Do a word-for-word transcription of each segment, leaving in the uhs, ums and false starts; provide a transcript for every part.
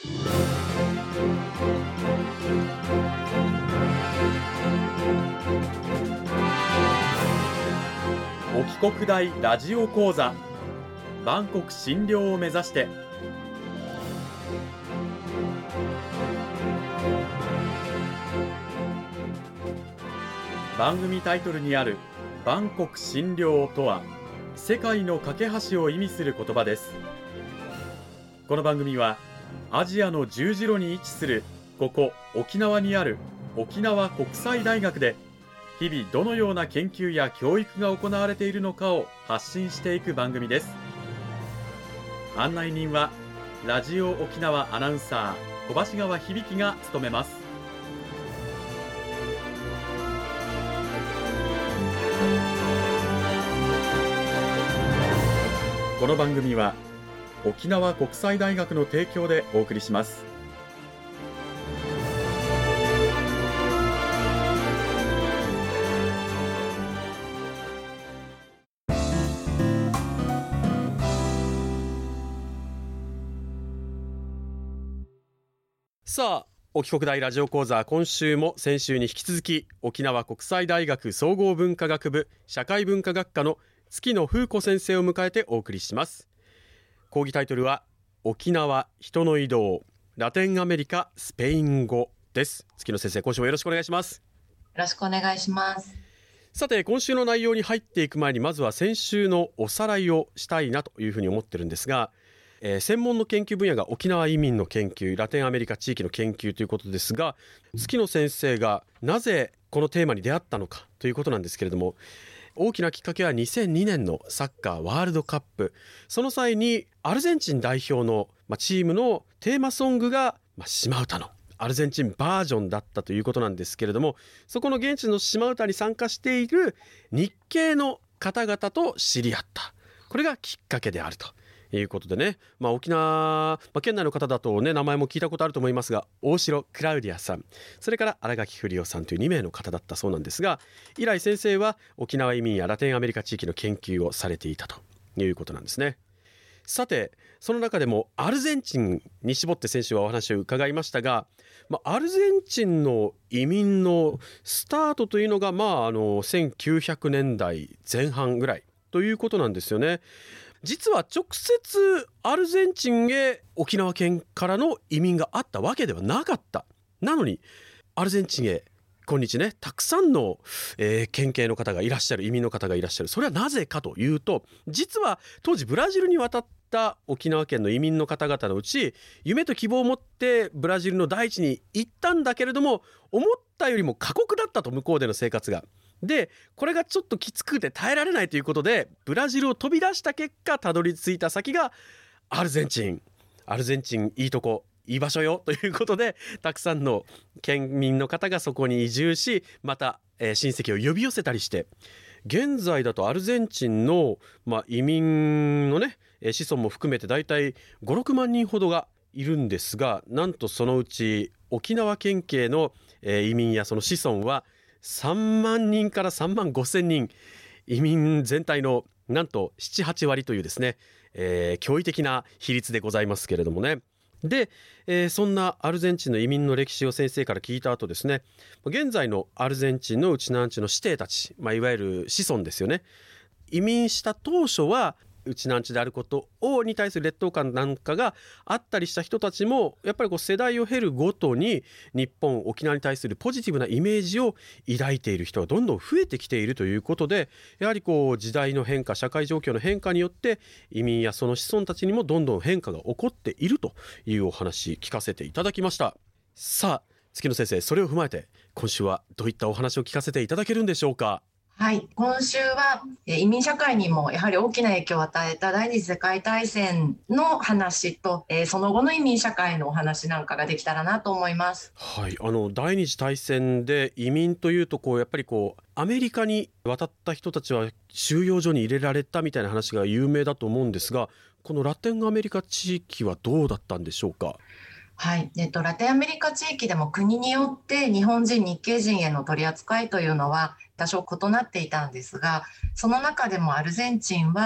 沖国大ラジオ講座、万国診療を目指して。番組タイトルにある万国診療とは、世界の架け橋を意味する言葉です。この番組はアジアの十字路に位置するここ沖縄にある沖縄国際大学で、日々どのような研究や教育が行われているのかを発信していく番組です。案内人はラジオ沖縄アナウンサー小橋川響が務めます。この番組は沖縄国際大学の提供でお送りします。さあ、沖国大ラジオ講座、今週も先週に引き続き沖縄国際大学総合文化学部社会文化学科の月野風子先生を迎えてお送りします。講義タイトルは沖縄人の移動ラテンアメリカスペイン語です。月野先生、今週もよろしくお願いします。 よろしくお願いします。 さて、今週の内容に入っていく前に、まずは先週のおさらいをしたいなというふうに思ってるんですが、えー、専門の研究分野が沖縄移民の研究、ラテンアメリカ地域の研究ということですが、月野先生がなぜこのテーマに出会ったのかということなんですけれども、大きなきっかけはにせんにねんのサッカーワールドカップ。その際にアルゼンチン代表のチームのテーマソングが島唄のアルゼンチンバージョンだったということなんですけれども、そこの現地の島唄に参加している日系の方々と知り合った。これがきっかけであるということでね、まあ、沖縄、まあ、県内の方だとね、名前も聞いたことあると思いますが、大城クラウディアさん、それから新垣栗夫さんというにめいの方だったそうなんですが、以来先生は沖縄移民やラテンアメリカ地域の研究をされていたということなんですね。さて、その中でもアルゼンチンに絞って先週はお話を伺いましたが、まあ、アルゼンチンの移民のスタートというのが、まあ、あのせんきゅうひゃくねんだいぜん半ぐらいということなんですよね。実は直接アルゼンチンへ沖縄県からの移民があったわけではなかった。なのにアルゼンチンへ今日ね、たくさんの、えー、県警の方がいらっしゃる、移民の方がいらっしゃる。それはなぜかというと、実は当時ブラジルに渡った沖縄県の移民の方々のうち、夢と希望を持ってブラジルの大地に行ったんだけれども、思ったよりも過酷だったと、向こうでの生活が。で、これがちょっときつくて耐えられないということで、ブラジルを飛び出した結果、たどり着いた先がアルゼンチン。アルゼンチンいいとこ、いい場所よということで、たくさんの県民の方がそこに移住し、また、えー、親戚を呼び寄せたりして、現在だとアルゼンチンの、まあ、移民のね、子孫も含めてだいたいご、ろくまんにんほどがいるんですが、なんとそのうち沖縄県警の、えー、移民やその子孫はさんまんにんからさんまんごせんにん、移民全体のなんとなな、はちわりというですね、えー、驚異的な比率でございますけれどもね。で、えー、そんなアルゼンチンの移民の歴史を先生から聞いた後ですね、現在のアルゼンチンのうちなんちの子弟たち、まあ、いわゆる子孫ですよね。移民した当初はうちなんちであることをに対する劣等感なんかがあったりした人たちも、やっぱりこう世代を経るごとに日本、沖縄に対するポジティブなイメージを抱いている人がどんどん増えてきているということで、やはりこう時代の変化、社会状況の変化によって移民やその子孫たちにもどんどん変化が起こっているというお話聞かせていただきました。さあ、月野先生、それを踏まえて今週はどういったお話を聞かせていただけるんでしょうか。 はい、今週は移民社会にもやはり大きな影響を与えた第二次世界大戦の話と、えー、その後の移民社会のお話なんかができたらなと思います。 はい、あの第二次大戦で移民というとこうやっぱりこうアメリカに渡った人たちは収容所に入れられたみたいな話が有名だと思うんですが、このラテンアメリカ地域はどうだったんでしょうか。 はい、えっと、ラテンアメリカ地域でも国によって日本人、日系人への取り扱いというのは多少異なっていたんですが、その中でもアルゼンチンは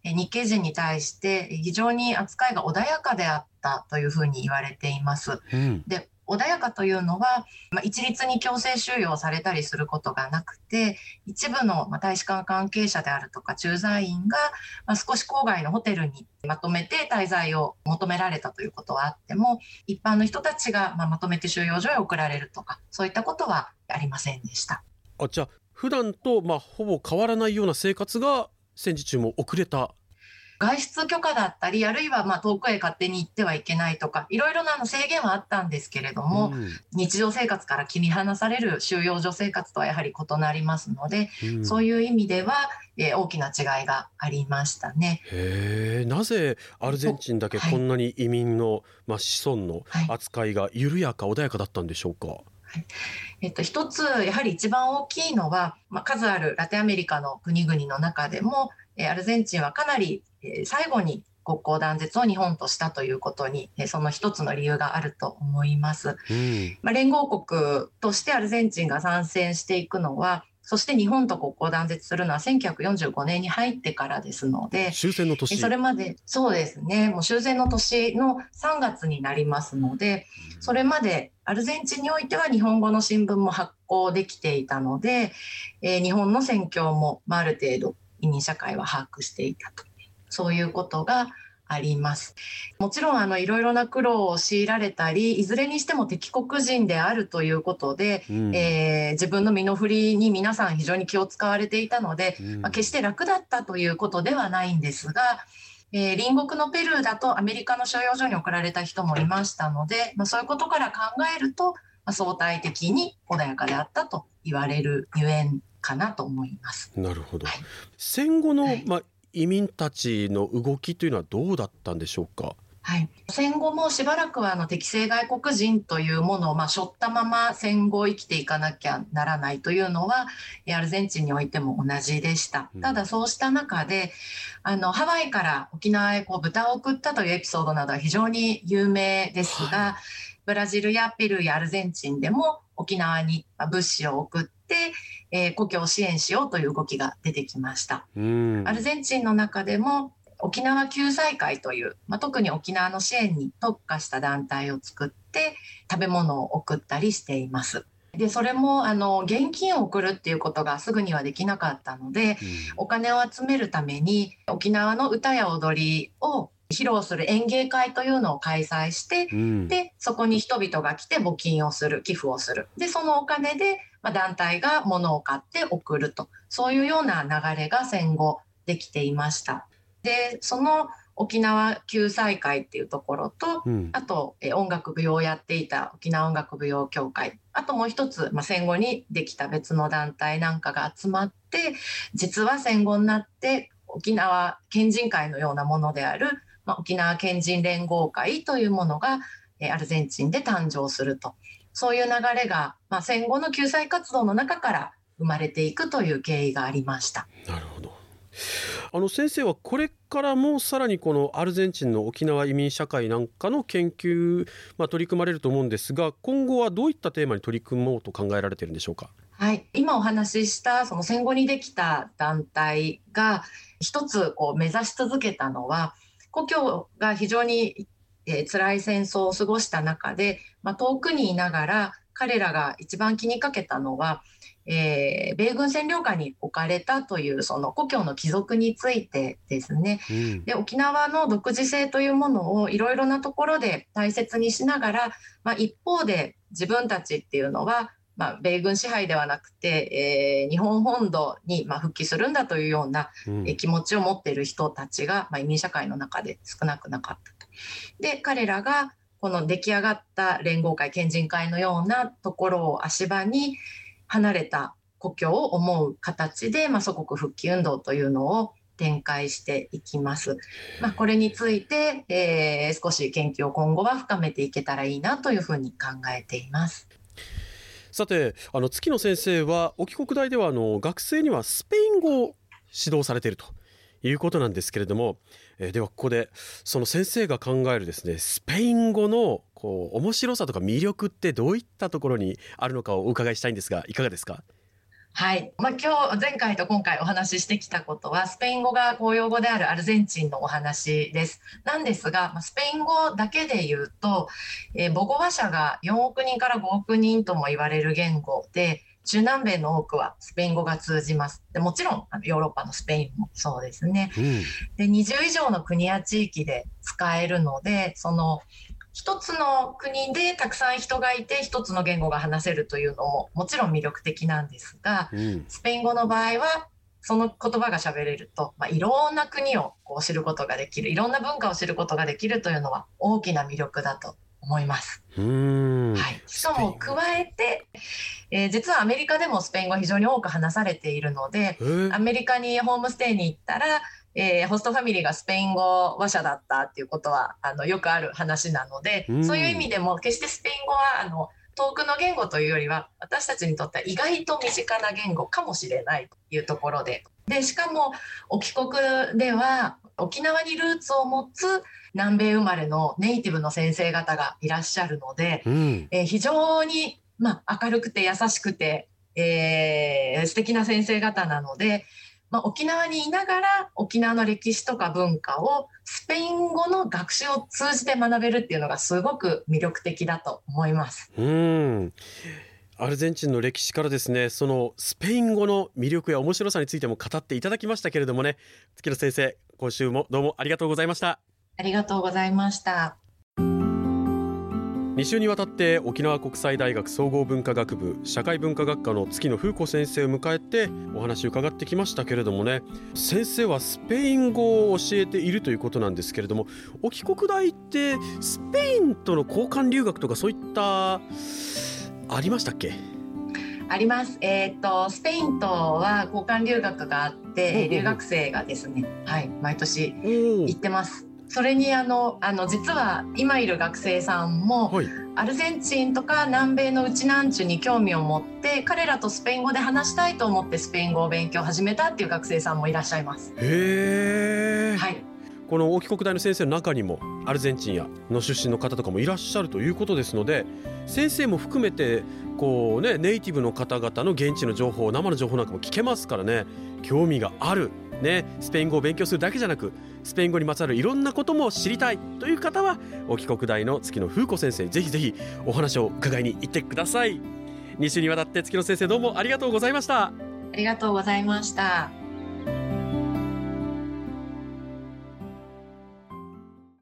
日系人に対して非常に扱いが穏やかであったというふうに言われています。 うん、で穏やかというのは、まあ、一律に強制収容されたりすることがなくて、一部の、まあ、大使館関係者であるとか駐在員が、まあ、少し郊外のホテルにまとめて滞在を求められたということはあっても、一般の人たちが、まあ、まとめて収容所へ送られるとか、そういったことはありませんでした。 あ、じゃあ普段とまあほぼ変わらないような生活が戦時中も送れた。 外出許可だったり、あるいはまあ遠くへ勝手に行ってはいけないとか、いろいろな制限はあったんですけれども、うん、日常生活から切り離される収容所生活とはやはり異なりますので、うん、そういう意味では、えー、大きな違いがありましたね。 へー、なぜアルゼンチンだけこんなに移民の、はい、まあ、子孫の扱いが緩やか穏やかだったんでしょうか。はい、 えっと、一つやはり一番大きいのは、まあ、数あるラテンアメリカの国々の中でもアルゼンチンはかなり最後に国交断絶を日本としたということにその一つの理由があると思います。うん、まあ、連合国としてアルゼンチンが参戦していくのは、そして日本と国交断絶するのはせんきゅうひゃくよんじゅうごねんに入ってからですので、 終戦の年。 それまでそうですね、もう終戦の年のさんがつになりますので、それまでアルゼンチンにおいては日本語の新聞も発行できていたので、えー、日本の戦況も、まあ、ある程度移民社会は把握していたと、そういうことがあります。もちろんあのいろいろな苦労を強いられたり、いずれにしても敵国人であるということで、うん、えー、自分の身の振りに皆さん非常に気を使われていたので、うん、まあ、決して楽だったということではないんですが、えー、隣国のペルーだとアメリカの収容所に送られた人もいましたので、まあ、そういうことから考えると、まあ、相対的に穏やかであったと言われるゆえんかなと思います。 なるほど。はい、戦後の、はい、まあ、移民たちの動きというのはどうだったんでしょうか。 はい、戦後もしばらくはあの敵性外国人というものをまあ背負ったまま戦後生きていかなきゃならないというのはアルゼンチンにおいても同じでした。ただそうした中であのハワイから沖縄へこう豚を送ったというエピソードなどは非常に有名ですが、はい、ブラジルやペルーやアルゼンチンでも沖縄に物資を送って、えー、故郷を支援しようという動きが出てきました。うん、アルゼンチンの中でも沖縄救済会という、まあ、特に沖縄の支援に特化した団体を作って食べ物を送ったりしています。でそれもあの現金を送るっていうことがすぐにはできなかったので、うん、お金を集めるために沖縄の歌や踊りを披露する演芸会というのを開催して、うん、でそこに人々が来て募金をする、寄付をする、でそのお金で、まあ、団体が物を買って送ると、そういうような流れが戦後できていました。でその沖縄救済会っていうところと、うん、あとえ音楽舞踊をやっていた沖縄音楽舞踊協会、あともう一つ、まあ、戦後にできた別の団体なんかが集まって、実は戦後になって沖縄県人会のようなものである、まあ、沖縄県人連合会というものがえアルゼンチンで誕生すると、そういう流れが、まあ、戦後の救済活動の中から生まれていくという経緯がありました。 なるほど。あの先生はこれからもさらにこのアルゼンチンの沖縄移民社会なんかの研究、まあ、取り組まれると思うんですが、今後はどういったテーマに取り組もうと考えられているんでしょうか。 はい、今お話ししたその戦後にできた団体が一つこう目指し続けたのは、故郷が非常に、えー、辛い戦争を過ごした中で、まあ、遠くにいながら彼らが一番気にかけたのは、えー、米軍占領下に置かれたというその故郷の帰属についてですね、うん、で沖縄の独自性というものをいろいろなところで大切にしながら、まあ、一方で自分たちっていうのは、まあ、米軍支配ではなくて、えー、日本本土にまあ復帰するんだというような、うん、え気持ちを持っている人たちが、まあ、移民社会の中で少なくなかったと。で彼らがこの出来上がった連合会県人会のようなところを足場に離れた故郷を思う形で、まあ、祖国復帰運動というのを展開していきます。まあ、これについて、えー、少し研究を今後は深めていけたらいいなというふうに考えています。 さて、あの月野先生は沖国大ではあの学生にはスペイン語を指導されているということなんですけれども、えー、ではここでその先生が考えるですねスペイン語のこう面白さとか魅力ってどういったところにあるのかをお伺いしたいんですが、いかがですか。 はい、まあ、今日前回と今回お話ししてきたことはスペイン語が公用語であるアルゼンチンのお話です。なんですが、まあ、スペイン語だけで言うと、えー、母語話者がよんおくにんからごおくにんとも言われる言語で、中南米の多くはスペイン語が通じます。でもちろんヨーロッパのスペインもそうですね。 うん、 でにじゅう以上の国や地域で使えるので、その一つの国でたくさん人がいて一つの言語が話せるというのももちろん魅力的なんですが、 うん、 スペイン語の場合はその言葉が喋れると、まあ、いろんな国をこう知ることができる、いろんな文化を知ることができるというのは大きな魅力だと思います。 うーん、 はい、しかも加えて、えー、実はアメリカでもスペイン語は非常に多く話されているので、アメリカにホームステイに行ったら、えー、ホストファミリーがスペイン語話者だったっていうことはあのよくある話なので、うん、そういう意味でも決してスペイン語はあの遠くの言語というよりは私たちにとっては意外と身近な言語かもしれないというところで、でしかもお帰国では沖縄にルーツを持つ南米生まれのネイティブの先生方がいらっしゃるので、うん、えー、非常に、まあ、明るくて優しくて、えー、素敵な先生方なので、まあ、沖縄にいながら沖縄の歴史とか文化をスペイン語の学習を通じて学べるっていうのがすごく魅力的だと思います。 うん、アルゼンチンの歴史からですね、そのスペイン語の魅力や面白さについても語っていただきましたけれどもね、月野先生、今週もどうもありがとうございました。 ありがとうございました。 に週にわたって沖縄国際大学総合文化学部社会文化学科の月野風子先生を迎えてお話を伺ってきましたけれどもね、先生はスペイン語を教えているということなんですけれども、沖国大ってスペインとの交換留学とかそういったありましたっけ？ あります。えー、とスペインとは交換留学があって、留学生がですね、はい、毎年行ってます。それにあのあの実は今いる学生さんも、はい、アルゼンチンとか南米のウチナンチュに興味を持って彼らとスペイン語で話したいと思ってスペイン語を勉強を始めたっていう学生さんもいらっしゃいます。 へー、 はい、 この沖国大の先生の中にもアルゼンチンやの出身の方とかもいらっしゃるということですので、先生も含めてこう、ね、ネイティブの方々の現地の情報、生の情報なんかも聞けますからね、興味がある、ね、スペイン語を勉強するだけじゃなくスペイン語にまつわるいろんなことも知りたいという方は沖国大の月野風子先生にぜひぜひお話を伺いに行ってください。に週にわたって月野先生どうもありがとうございました。 ありがとうございました。